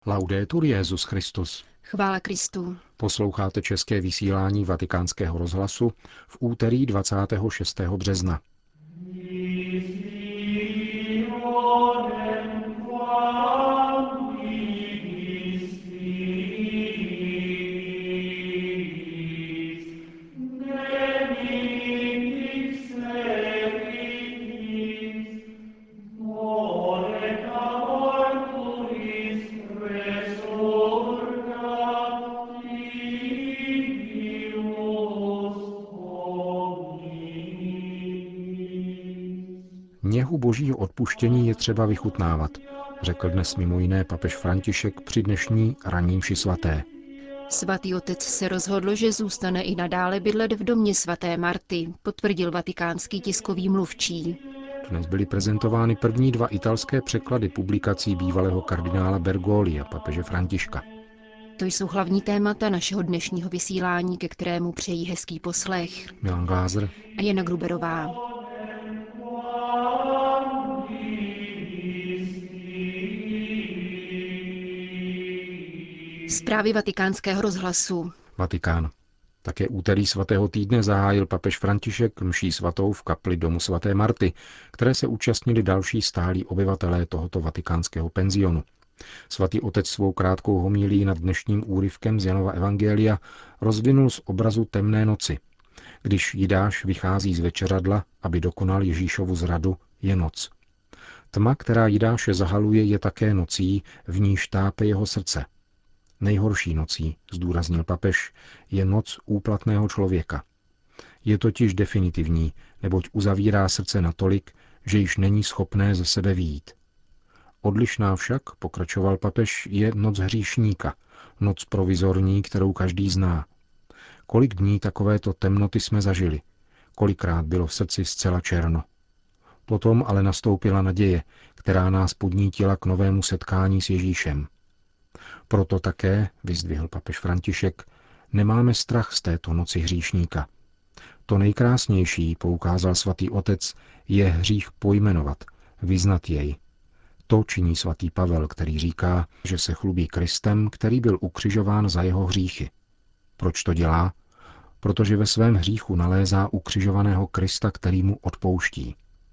Laudetur Jesus Christus. Chvála Kristu. Posloucháte české vysílání Vatikánského rozhlasu v úterý 26. března. Něhu božího odpuštění je třeba vychutnávat, řekl dnes mimo jiné papež František při dnešní ranní mši svaté. Svatý otec se rozhodl, že zůstane i nadále bydlet v domě svaté Marty, potvrdil vatikánský tiskový mluvčí. Dnes byly prezentovány první 2 italské překlady publikací bývalého kardinála Bergoglio a papeže Františka. To jsou hlavní témata našeho dnešního vysílání, ke kterému přejí hezký poslech. Milan Glázer A Jana Gruberová. Zprávy vatikánského rozhlasu. Vatikán. Také úterý svatého týdne zahájil papež František mší svatou v kapli domu svaté Marty, které se účastnili další stálí obyvatelé tohoto vatikánského penzionu. Svatý otec svou krátkou homílii nad dnešním úryvkem z Janova evangelia rozvinul z obrazu temné noci. Když Jidáš vychází z večeřadla, aby dokonal Ježíšovu zradu, je noc. Tma, která Jidáše zahaluje, je také nocí, v níž tápe jeho srdce. Nejhorší nocí, zdůraznil papež, je noc úplatného člověka. Je totiž definitivní, neboť uzavírá srdce natolik, že již není schopné ze sebe vyjít. Odlišná však, pokračoval papež, je noc hříšníka, noc provizorní, kterou každý zná. Kolik dní takovéto temnoty jsme zažili, kolikrát bylo v srdci zcela černo. Potom ale nastoupila naděje, která nás podnítila k novému setkání s Ježíšem. Proto také, vyzdvihl papež František, nemáme strach z této noci hříšníka. To nejkrásnější, poukázal svatý otec, je hřích pojmenovat, vyznat jej. To činí svatý Pavel, který říká, že se chlubí Kristem, který byl ukřižován za jeho hříchy. Proč to dělá? Protože ve svém hříchu nalézá ukřižovaného Krista, který mu odpouští.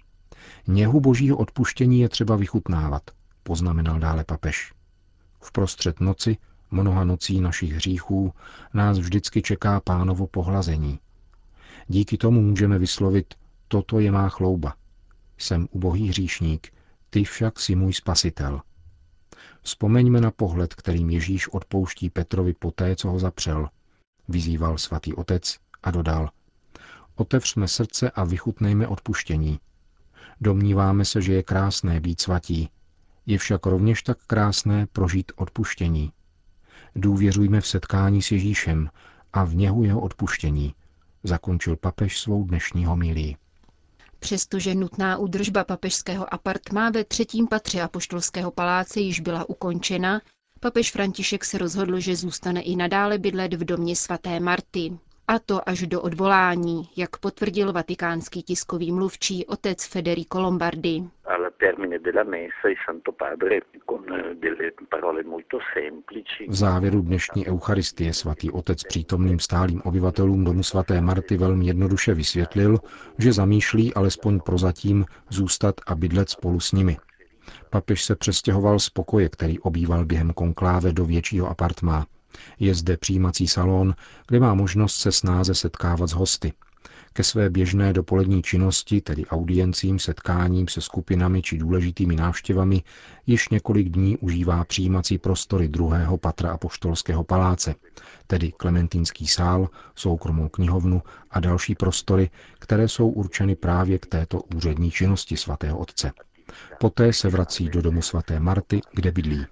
Něhu božího odpuštění je třeba vychutnávat, poznamenal dále papež. Vprostřed noci, mnoha nocí našich hříchů, nás vždycky čeká Pánovo pohlazení. Díky tomu můžeme vyslovit, toto je má chlouba. Jsem ubohý hříšník, ty však jsi můj spasitel. Vzpomeňme na pohled, kterým Ježíš odpouští Petrovi poté, co ho zapřel. Vyzýval svatý otec a dodal, otevřme srdce a vychutnejme odpuštění. Domníváme se, že je krásné být svatí, je však rovněž tak krásné prožít odpuštění. Důvěřujme v setkání s Ježíšem a v něhu jeho odpuštění, zakončil papež svou dnešní homilii. Přestože nutná údržba papežského apartmá ve 3. patře Apoštolského paláce již byla ukončena, papež František se rozhodl, že zůstane i nadále bydlet v domě svaté Marty. A to až do odvolání, jak potvrdil vatikánský tiskový mluvčí otec Federico Lombardi. V závěru dnešní eucharistie svatý otec přítomným stálým obyvatelům domu svaté Marty velmi jednoduše vysvětlil, že zamýšlí alespoň prozatím zůstat a bydlet spolu s nimi. Papež se přestěhoval z pokoje, který obýval během konkláve, do většího apartmá. Je zde přijímací salon, kde má možnost se snáze setkávat s hosty. Ke své běžné dopolední činnosti, tedy audiencím, setkáním se skupinami či důležitými návštěvami, již několik dní užívá přijímací prostory 2. patra Apoštolského paláce, tedy Klementínský sál, soukromou knihovnu a další prostory, které jsou určeny právě k této úřední činnosti svatého otce. Poté se vrací do domu svaté Marty, kde bydlí.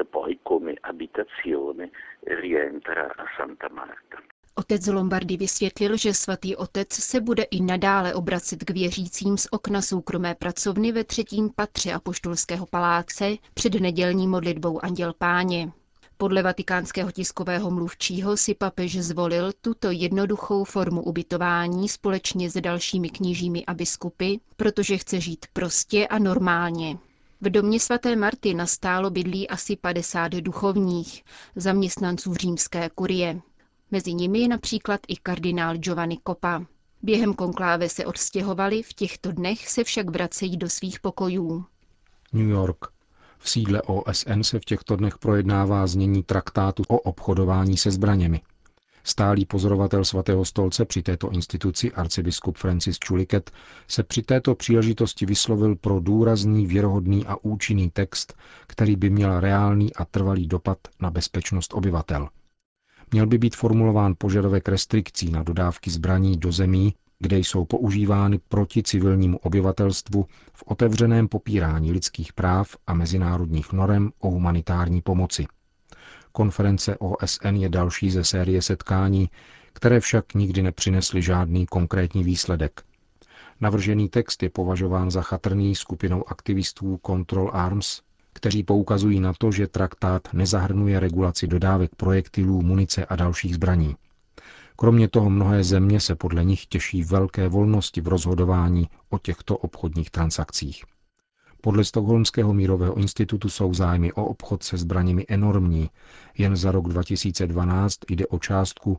Otec Lombardi vysvětlil, že svatý otec se bude i nadále obracet k věřícím z okna soukromé pracovny ve 3. patře Apoštolského paláce před nedělní modlitbou Anděl Páně. Podle vatikánského tiskového mluvčího si papež zvolil tuto jednoduchou formu ubytování společně s dalšími kněžími a biskupy, protože chce žít prostě a normálně. V domě svaté Marty nastálo bydlí asi 50 duchovních, zaměstnanců římské kurie. Mezi nimi je například i kardinál Giovanni Coppa. Během konkláve se odstěhovali, v těchto dnech se však vracejí do svých pokojů. New York. V sídle OSN se v těchto dnech projednává znění traktátu o obchodování se zbraněmi. Stálý pozorovatel Svatého stolce při této instituci, arcibiskup Francis Chuliket, se při této příležitosti vyslovil pro důrazný, věrohodný a účinný text, který by měl reálný a trvalý dopad na bezpečnost obyvatel. Měl by být formulován požadavek restrikcí na dodávky zbraní do zemí, kde jsou používány proti civilnímu obyvatelstvu v otevřeném popírání lidských práv a mezinárodních norem o humanitární pomoci. Konference OSN je další ze série setkání, které však nikdy nepřinesly žádný konkrétní výsledek. Navržený text je považován za chatrný skupinou aktivistů Control Arms, kteří poukazují na to, že traktát nezahrnuje regulaci dodávek projektilů, munice a dalších zbraní. Kromě toho mnohé země se podle nich těší velké volnosti v rozhodování o těchto obchodních transakcích. Podle Stockholmského mírového institutu jsou zájmy o obchod se zbraněmi enormní. Jen za rok 2012 jde o částku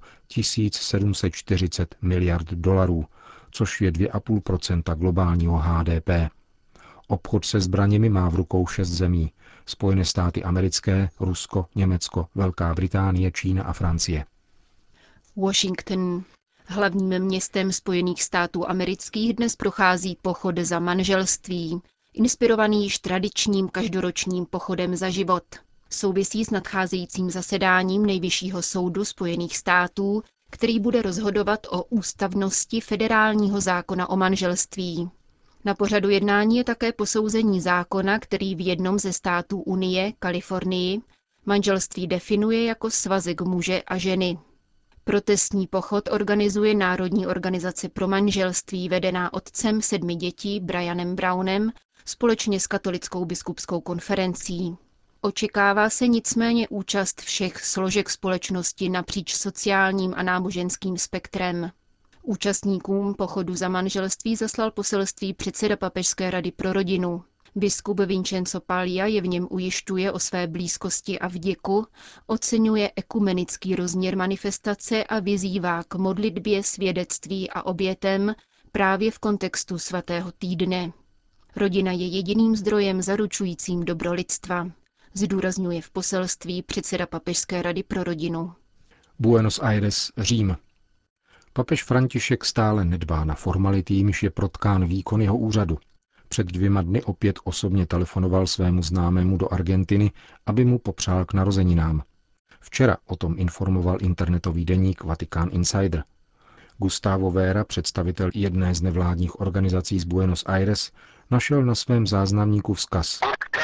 1740 miliard dolarů, což je 2,5% globálního HDP. Obchod se zbraněmi má v rukou 6 zemí. Spojené státy americké, Rusko, Německo, Velká Británie, Čína a Francie. Washington. Hlavním městem Spojených států amerických dnes prochází pochod za manželství, inspirovaný již tradičním každoročním pochodem za život. Souvisí s nadcházejícím zasedáním Nejvyššího soudu Spojených států, který bude rozhodovat o ústavnosti federálního zákona o manželství. Na pořadu jednání je také posouzení zákona, který v jednom ze států Unie, Kalifornii, manželství definuje jako svazek muže a ženy. Protestní pochod organizuje Národní organizace pro manželství vedená otcem 7 dětí Brianem Brownem společně s Katolickou biskupskou konferencí. Očekává se nicméně účast všech složek společnosti napříč sociálním a náboženským spektrem. Účastníkům pochodu za manželství zaslal poselství předseda Papežské rady pro rodinu. Biskup Vincenzo Paglia je v něm ujišťuje o své blízkosti a vděku, oceňuje ekumenický rozměr manifestace a vyzývá k modlitbě, svědectví a obětem právě v kontextu svatého týdne. Rodina je jediným zdrojem zaručujícím dobro lidstva, zdůrazňuje v poselství předseda Papežské rady pro rodinu. Buenos Aires, Řím. Papež František stále nedbá na formality, jimž je protkán výkon jeho úřadu. Před 2 dny opět osobně telefonoval svému známému do Argentiny, aby mu popřál k narozeninám. Včera o tom informoval internetový deník Vatican Insider. Gustavo Vera, představitel jedné z nevládních organizací z Buenos Aires, našel na svém záznamníku vzkaz.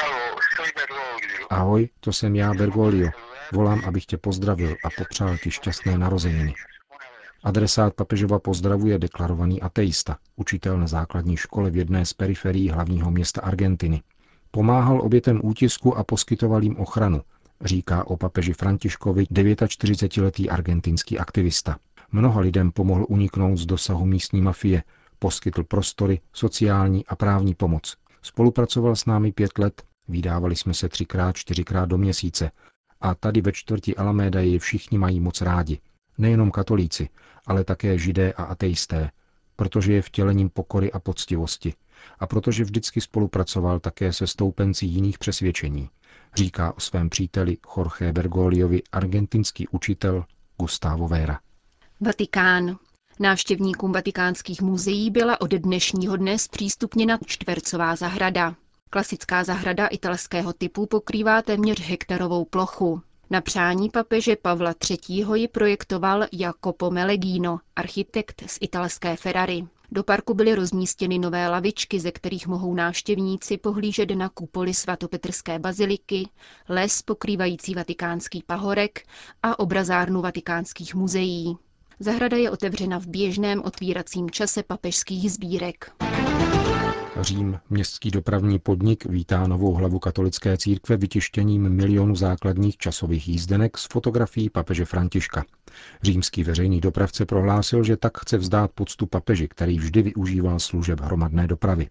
Ahoj, to jsem já, Bergoglio. Volám, abych tě pozdravil a popřál ti šťastné narozeniny. Adresát papežova pozdravu je deklarovaný ateista, učitel na základní škole v jedné z periferií hlavního města Argentiny. Pomáhal obětem útisku a poskytoval jim ochranu, říká o papeži Františkovi 49letý argentinský aktivista. Mnoha lidem pomohl uniknout z dosahu místní mafie, poskytl prostory, sociální a právní pomoc. Spolupracoval s námi 5 let, vydávali jsme se 3x, 4x do měsíce a tady ve čtvrti Alameda je všichni mají moc rádi. Nejenom katolíci, ale také židé a ateisté, protože je vtělením pokory a poctivosti a protože vždycky spolupracoval také se stoupenci jiných přesvědčení, říká o svém příteli Jorge Bergogliovi argentinský učitel Gustavo Vera. Vatikán. Návštěvníkům vatikánských muzeí byla od dnešního dne zpřístupněna čtvercová zahrada. Klasická zahrada italského typu pokrývá téměř hektarovou plochu. Na přání papeže Pavla III. Ji projektoval Jacopo Melegino, architekt z italské Ferrari. Do parku byly rozmístěny nové lavičky, ze kterých mohou návštěvníci pohlížet na kupoly svatopetrské baziliky, les pokrývající vatikánský pahorek a obrazárnu vatikánských muzeí. Zahrada je otevřena v běžném otvíracím čase papežských sbírek. Řím, městský dopravní podnik, vítá novou hlavu katolické církve vytištěním milionu základních časových jízdenek s fotografií papeže Františka. Římský veřejný dopravce prohlásil, že tak chce vzdát poctu papeži, který vždy využíval služeb hromadné dopravy.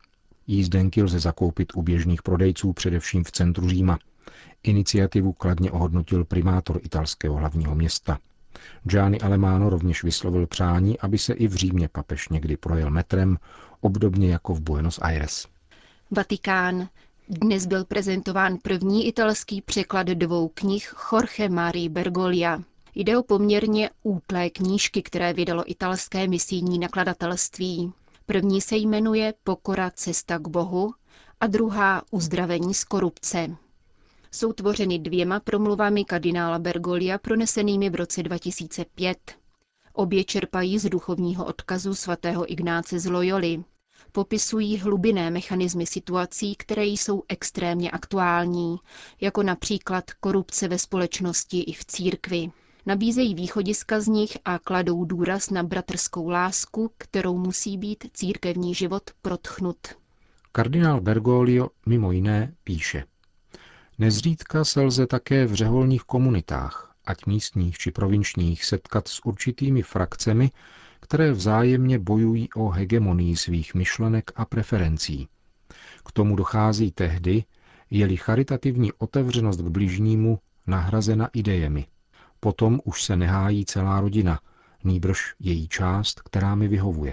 Jízdenky lze zakoupit u běžných prodejců především v centru Říma. Iniciativu kladně ohodnotil primátor italského hlavního města. Gianni Alemanno rovněž vyslovil přání, aby se i v Římě papež někdy projel metrem, obdobně jako v Buenos Aires. Vatikán. Dnes byl prezentován první italský překlad 2 knih Jorge Marii Bergoglia. Jde o poměrně útlé knížky, které vydalo italské misijní nakladatelství. První se jmenuje Pokora, cesta k Bohu a druhá Uzdravení z korupce. Jsou tvořeny 2 promluvami kardinála Bergoglia pronesenými v roce 2005. Obě čerpají z duchovního odkazu svatého Ignáce z Loyoly. Popisují hlubinné mechanismy situací, které jsou extrémně aktuální, jako například korupce ve společnosti i v církvi. Nabízejí východiska z nich a kladou důraz na bratrskou lásku, kterou musí být církevní život protchnut. Kardinál Bergoglio mimo jiné píše: Nezřídka se lze také v řeholních komunitách, ať místních či provinčních, setkat s určitými frakcemi, které vzájemně bojují o hegemonii svých myšlenek a preferencí. K tomu dochází tehdy, je-li charitativní otevřenost k bližnímu nahrazena idejemi. Potom už se nehájí celá rodina, nýbrž její část, která mi vyhovuje.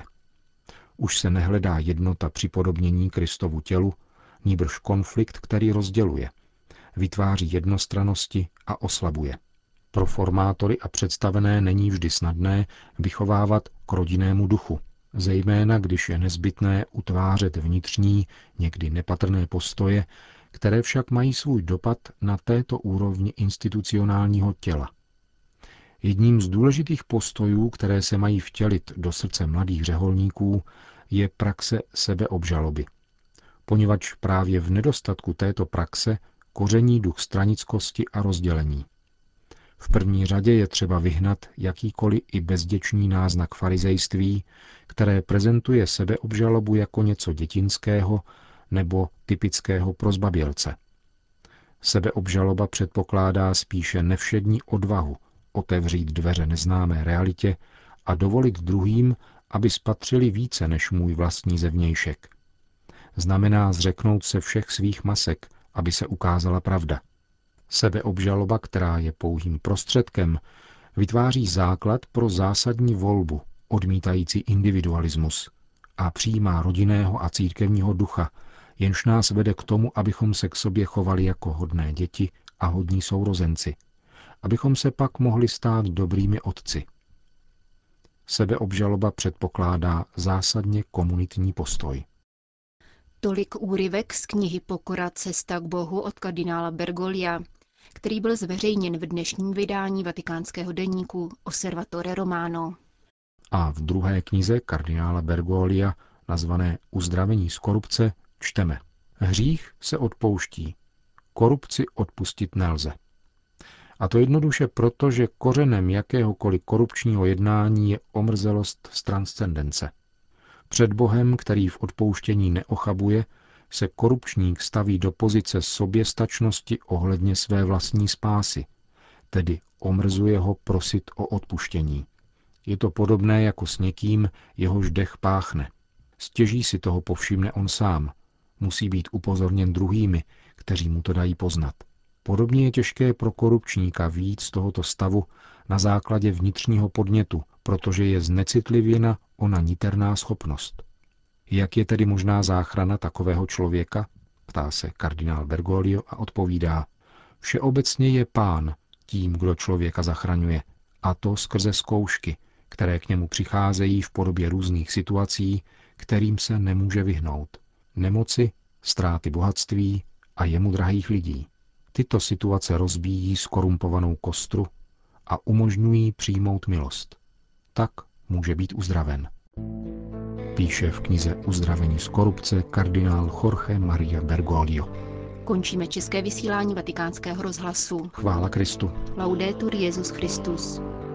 Už se nehledá jednota připodobnění Kristovu tělu, nýbrž konflikt, který rozděluje. Vytváří jednostrannosti a oslabuje. Pro formátory a představené není vždy snadné vychovávat k rodinnému duchu, zejména když je nezbytné utvářet vnitřní, někdy nepatrné postoje, které však mají svůj dopad na této úrovni institucionálního těla. Jedním z důležitých postojů, které se mají vtělit do srdce mladých řeholníků, je praxe sebeobžaloby. Poněvadž právě v nedostatku této praxe koření duch stranickosti a rozdělení. V první řadě je třeba vyhnat jakýkoliv i bezděčný náznak farizejství, které prezentuje sebeobžalobu jako něco dětinského nebo typického pro zbabělce. Sebeobžaloba předpokládá spíše nevšední odvahu otevřít dveře neznámé realitě a dovolit druhým, aby spatřili více než můj vlastní zevnějšek. Znamená zřeknout se všech svých masek, aby se ukázala pravda. Sebeobžaloba, která je pouhým prostředkem, vytváří základ pro zásadní volbu, odmítající individualismus, a přijímá rodinného a církevního ducha, jenž nás vede k tomu, abychom se k sobě chovali jako hodné děti a hodní sourozenci, abychom se pak mohli stát dobrými otci. Sebeobžaloba předpokládá zásadně komunitní postoj. Tolik úryvek z knihy Pokora, cesta k Bohu od kardinála Bergoglia, který byl zveřejněn v dnešním vydání vatikánského deníku Osservatore Romano. A v druhé knize kardinála Bergoglia, nazvané Uzdravení z korupce, čteme: Hřích se odpouští, korupci odpustit nelze. A to jednoduše proto, že kořenem jakéhokoliv korupčního jednání je omrzelost z transcendence. Před Bohem, který v odpouštění neochabuje, se korupčník staví do pozice soběstačnosti ohledně své vlastní spásy, tedy omrzuje ho prosit o odpuštění. Je to podobné jako s někým, jehož dech páchne. Stěží si toho povšimne on sám. Musí být upozorněn druhými, kteří mu to dají poznat. Podobně je těžké pro korupčníka vyjít z tohoto stavu na základě vnitřního podnětu, protože je znecitlivěna ona niterná schopnost. Jak je tedy možná záchrana takového člověka? Ptá se kardinál Bergoglio a odpovídá: Všeobecně je Pán tím, kdo člověka zachraňuje, a to skrze zkoušky, které k němu přicházejí v podobě různých situací, kterým se nemůže vyhnout. Nemoci, ztráty bohatství a jemu drahých lidí. Tyto situace rozbíjí skorumpovanou kostru a umožňují přijmout milost. Tak může být uzdraven. Píše v knize Uzdravení z korupce kardinál Jorge Maria Bergoglio. Končíme české vysílání Vatikánského rozhlasu. Chvála Kristu. Laudetur Jesus Christus.